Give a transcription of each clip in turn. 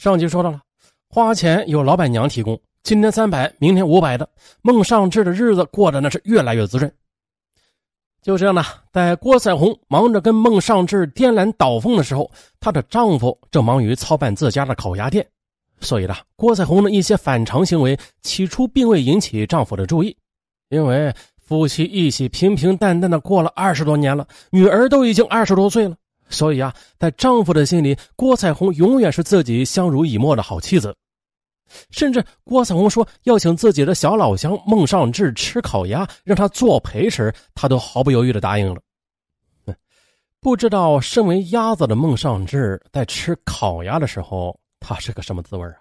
上集说到了，花钱由老板娘提供，今天300，明天500的，孟尚志的日子过得那是越来越滋润。就这样呢，在郭彩虹忙着跟孟尚志颠鸾倒凤的时候，她的丈夫正忙于操办自家的烤鸭店，所以呢，郭彩虹的一些反常行为起初并未引起丈夫的注意，因为夫妻一起平平淡淡的过了20多年了，女儿都已经20多岁了，所以啊，在丈夫的心里，郭彩虹永远是自己相濡以沫的好妻子。甚至郭彩虹说要请自己的小老乡孟尚志吃烤鸭，让他作陪时，他都毫不犹豫地答应了。不知道身为鸭子的孟尚志在吃烤鸭的时候，他是个什么滋味啊？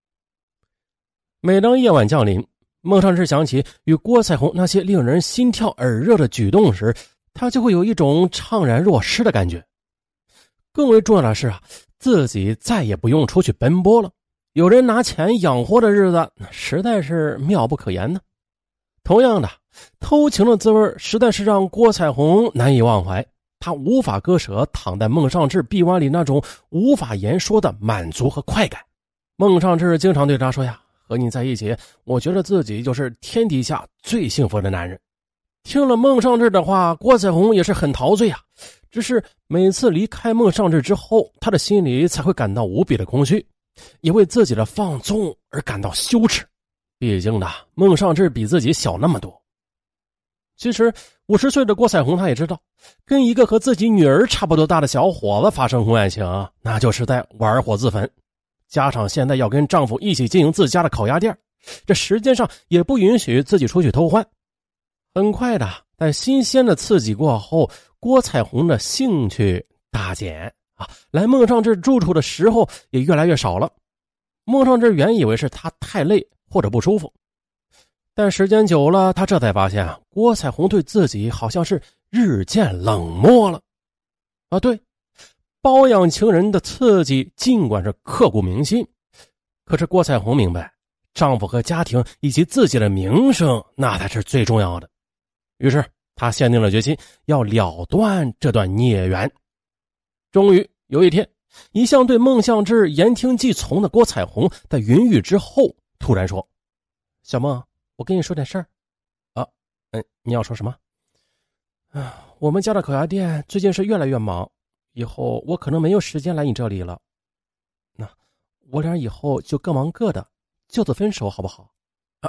每当夜晚降临，孟尚志想起与郭彩虹那些令人心跳耳热的举动时，他就会有一种怅然若失的感觉。更为重要的是啊，自己再也不用出去奔波了，有人拿钱养活的日子实在是妙不可言呢。同样的，偷情的滋味实在是让郭彩虹难以忘怀，她无法割舍躺在孟尚志臂弯里那种无法言说的满足和快感。孟尚志经常对她说呀，和你在一起，我觉得自己就是天底下最幸福的男人。听了孟尚志的话，郭彩虹也是很陶醉啊，只是每次离开孟尚志之后，她的心里才会感到无比的空虚，也为自己的放纵而感到羞耻。毕竟呢，孟尚志比自己小那么多。其实50岁的郭彩虹她也知道，跟一个和自己女儿差不多大的小伙子发生婚外情，那就是在玩火自焚。加上现在要跟丈夫一起经营自家的烤鸭店，这时间上也不允许自己出去偷欢。很快的，在新鲜的刺激过后，郭彩虹的兴趣大减啊，来孟尚志住处的时候也越来越少了。孟尚志原以为是他太累或者不舒服，但时间久了，他这才发现啊，郭彩虹对自己好像是日渐冷漠了。啊，对，包养情人的刺激尽管是刻骨铭心，可是郭彩虹明白，丈夫和家庭以及自己的名声那才是最重要的。于是她下定了决心要了断这段孽缘。终于有一天，一向对孟尚志言听计从的郭彩虹在云雨之后突然说，小孟，我跟你说点事儿。啊，你要说什么？我们家的烤鸭店最近是越来越忙，以后我可能没有时间来你这里了。那我俩以后就各忙各的，就此分手好不好？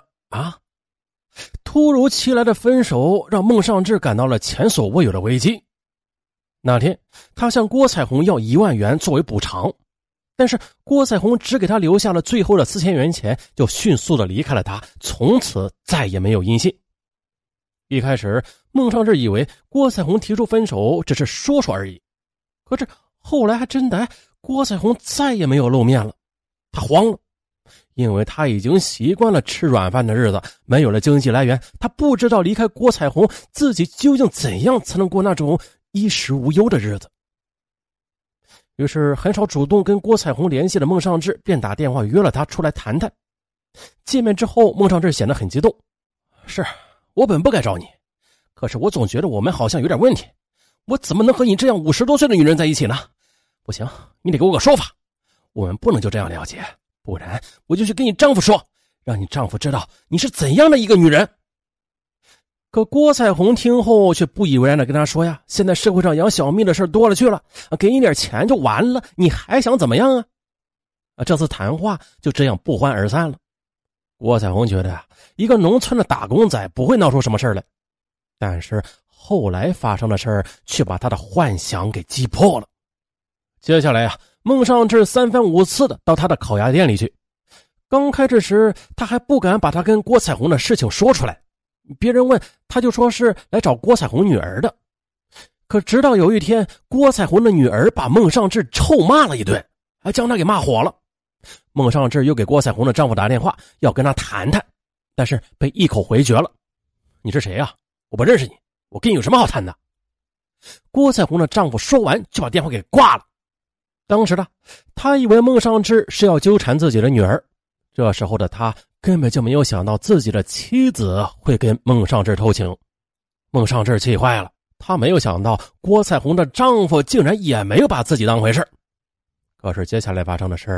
突如其来的分手让孟尚志感到了前所未有的危机。那天他向郭彩虹要1万元作为补偿，但是郭彩虹只给他留下了最后的4000元钱，就迅速的离开了他，从此再也没有音信。一开始孟尚志以为郭彩虹提出分手只是说说而已，可是后来还真的郭彩虹再也没有露面了。他慌了，因为他已经习惯了吃软饭的日子，没有了经济来源，他不知道离开郭彩虹自己究竟怎样才能过那种衣食无忧的日子。于是很少主动跟郭彩虹联系的孟尚志便打电话约了他出来谈谈。见面之后，孟尚志显得很激动，是我本不该找你，可是我总觉得我们好像有点问题，我怎么能和你这样50多岁的女人在一起呢？不行，你得给我个说法，我们不能就这样了结，不然我就去跟你丈夫说，让你丈夫知道你是怎样的一个女人。可郭彩虹听后却不以为然的跟他说呀，现在社会上养小蜜的事多了去了，给你点钱就完了，你还想怎么样啊？这次谈话就这样不欢而散了。郭彩虹觉得一个农村的打工仔不会闹出什么事来，但是后来发生的事却把他的幻想给击破了。接下来孟尚志3番5次的到他的烤鸭店里去。刚开始时他还不敢把他跟郭彩虹的事情说出来，别人问他就说是来找郭彩虹女儿的。可直到有一天，郭彩虹的女儿把孟尚志臭骂了一顿，还将他给骂火了。孟尚志又给郭彩虹的丈夫打电话要跟他谈谈，但是被一口回绝了。你是谁啊？我不认识你，我跟你有什么好谈的？郭彩虹的丈夫说完就把电话给挂了。当时他以为孟尚志是要纠缠自己的女儿，这时候的他根本就没有想到自己的妻子会跟孟尚志偷情。孟尚志气坏了，他没有想到郭彩虹的丈夫竟然也没有把自己当回事。可是接下来发生的事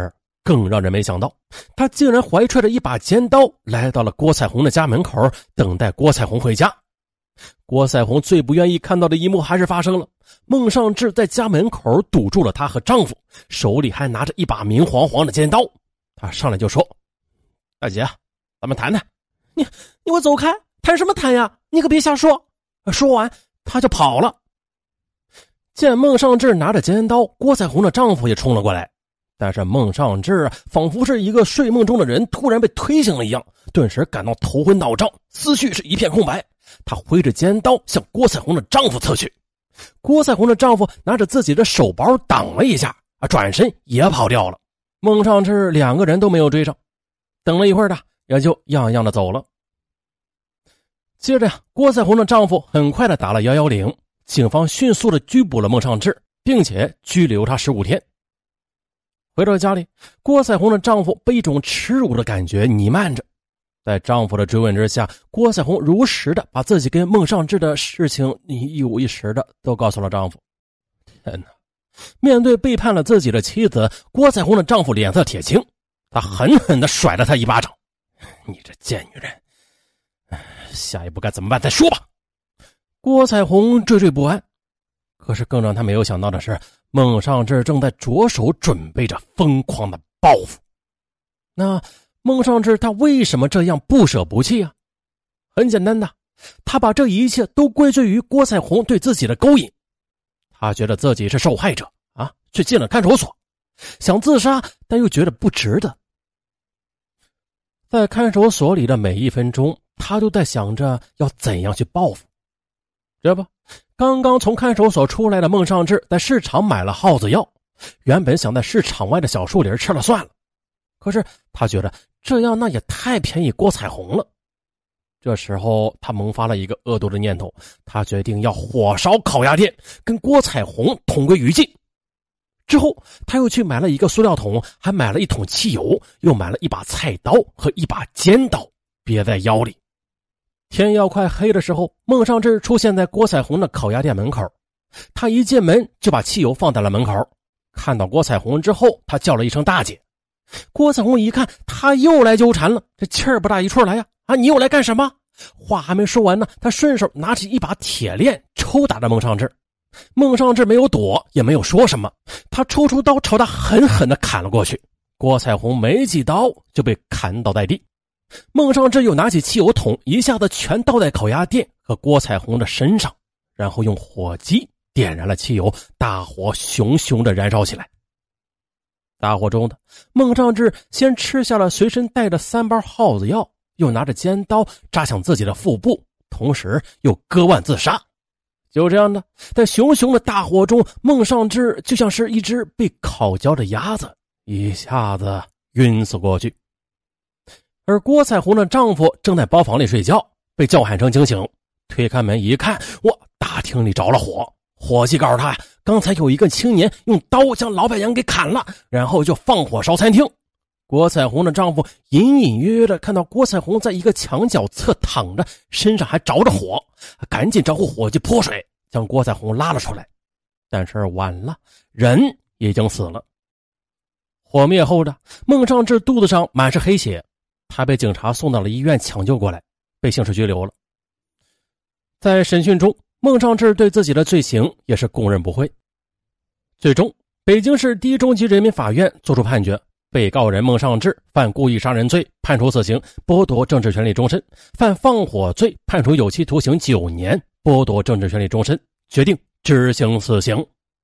更让人没想到，他竟然怀揣着一把尖刀来到了郭彩虹的家门口，等待郭彩虹回家。郭彩虹最不愿意看到的一幕还是发生了，孟尚志在家门口堵住了她和丈夫，手里还拿着一把明晃晃的尖刀。他上来就说：大姐，咱们谈谈。你给我走开，谈什么谈呀，你可别瞎说。说完他就跑了。见孟尚志拿着尖刀，郭彩虹的丈夫也冲了过来，但是孟尚志仿佛是一个睡梦中的人突然被推醒了一样，顿时感到头昏脑胀，思绪是一片空白。他挥着尖刀向郭彩虹的丈夫刺去，郭彩虹的丈夫拿着自己的手包挡了一下，转身也跑掉了。孟尚志两个人都没有追上，等了一会儿的也就样样的走了。接着郭彩虹的丈夫很快的打了110，警方迅速的拘捕了孟尚志，并且拘留他15天。回到家里，郭彩虹的丈夫被一种耻辱的感觉弥漫着。在丈夫的追问之下，郭彩虹如实的把自己跟孟尚志的事情一五一十的都告诉了丈夫。天哪！面对背叛了自己的妻子，郭彩虹的丈夫脸色铁青，他狠狠的甩了她一巴掌。你这贱女人，下一步该怎么办再说吧。郭彩虹惴惴不安，可是更让他没有想到的是，孟尚志正在着手准备着疯狂的报复。那孟尚志他为什么这样不舍不弃啊？很简单的，他把这一切都归罪于郭彩虹对自己的勾引。他觉得自己是受害者啊，却进了看守所，想自杀，但又觉得不值得。在看守所里的每一分钟，他都在想着要怎样去报复。这不，刚刚从看守所出来的孟尚志在市场买了耗子药，原本想在市场外的小树林吃了算了，可是他觉得这样那也太便宜郭彩虹了。这时候他萌发了一个恶毒的念头，他决定要火烧烤鸭店，跟郭彩虹同归于尽。之后他又去买了一个塑料桶，还买了一桶汽油，又买了一把菜刀和一把尖刀别在腰里。天要快黑的时候，孟尚志出现在郭彩虹的烤鸭店门口。他一进门就把汽油放在了门口，看到郭彩虹之后，他叫了一声大姐。郭彩虹一看他又来纠缠了，这气儿不大一处来呀！你又来干什么？话还没说完呢，他顺手拿起一把铁链抽打着孟尚志。孟尚志没有躲，也没有说什么，他抽出刀朝他狠狠地砍了过去。郭彩虹没几刀就被砍倒在地。孟尚志又拿起汽油桶，一下子全倒在烤鸭店和郭彩虹的身上，然后用火机点燃了汽油，大火熊熊地燃烧起来。大火中的孟尚志先吃下了随身带的3包耗子药，又拿着尖刀扎向自己的腹部，同时又割腕自杀。就这样的，在熊熊的大火中，孟尚志就像是一只被烤焦的鸭子，一下子晕死过去。而郭彩虹的丈夫正在包房里睡觉，被叫喊声惊醒，推开门一看，哇，大厅里着了火。伙计告诉他，刚才有一个青年用刀将老板娘给砍了，然后就放火烧餐厅。郭彩虹的丈夫隐隐约约的看到郭彩虹在一个墙角侧躺着，身上还着着火，赶紧招呼伙计泼水将郭彩虹拉了出来。但是晚了，人已经死了。火灭后的孟尚志肚子上满是黑血，他被警察送到了医院抢救过来，被刑事拘留了。在审讯中，孟尚志对自己的罪行也是供认不讳。最终，北京市第一中级人民法院作出判决，被告人孟尚志犯故意杀人罪，判处死刑，剥夺政治权利终身；犯放火罪，判处有期徒刑9年，剥夺政治权利终身，决定执行死刑。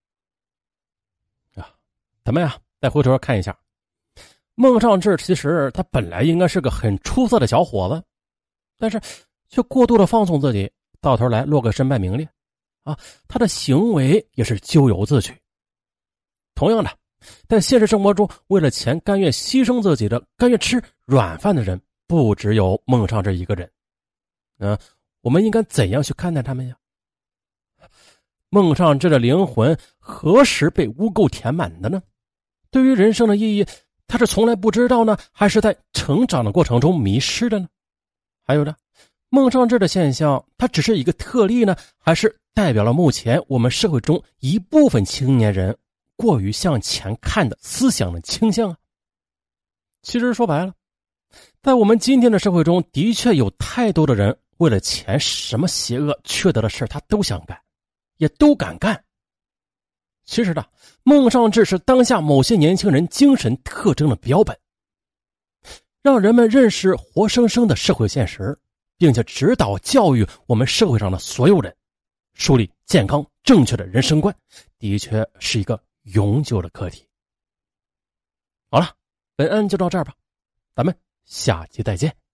咱们再回头看一下，孟尚志其实他本来应该是个很出色的小伙子，但是却过度的放纵自己，到头来落个身败名裂他的行为也是咎由自取。同样的，在现实生活中，为了钱甘愿牺牲自己的、甘愿吃软饭的人不只有孟尚志一个人。我们应该怎样去看待他们呀？孟尚志的灵魂何时被污垢填满的呢？对于人生的意义，他是从来不知道呢，还是在成长的过程中迷失的呢？还有呢，孟尚志的现象，它只是一个特例呢，还是代表了目前我们社会中一部分青年人过于向前看的思想的倾向啊？ 其实说白了，在我们今天的社会中，的确有太多的人为了钱，什么邪恶缺德的事他都想干，也都敢干。其实呢，孟尚志是当下某些年轻人精神特征的标本，让人们认识活生生的社会现实，并且指导教育我们社会上的所有人，树立健康正确的人生观，的确是一个永久的课题。好了，本案就到这儿吧，咱们下期再见。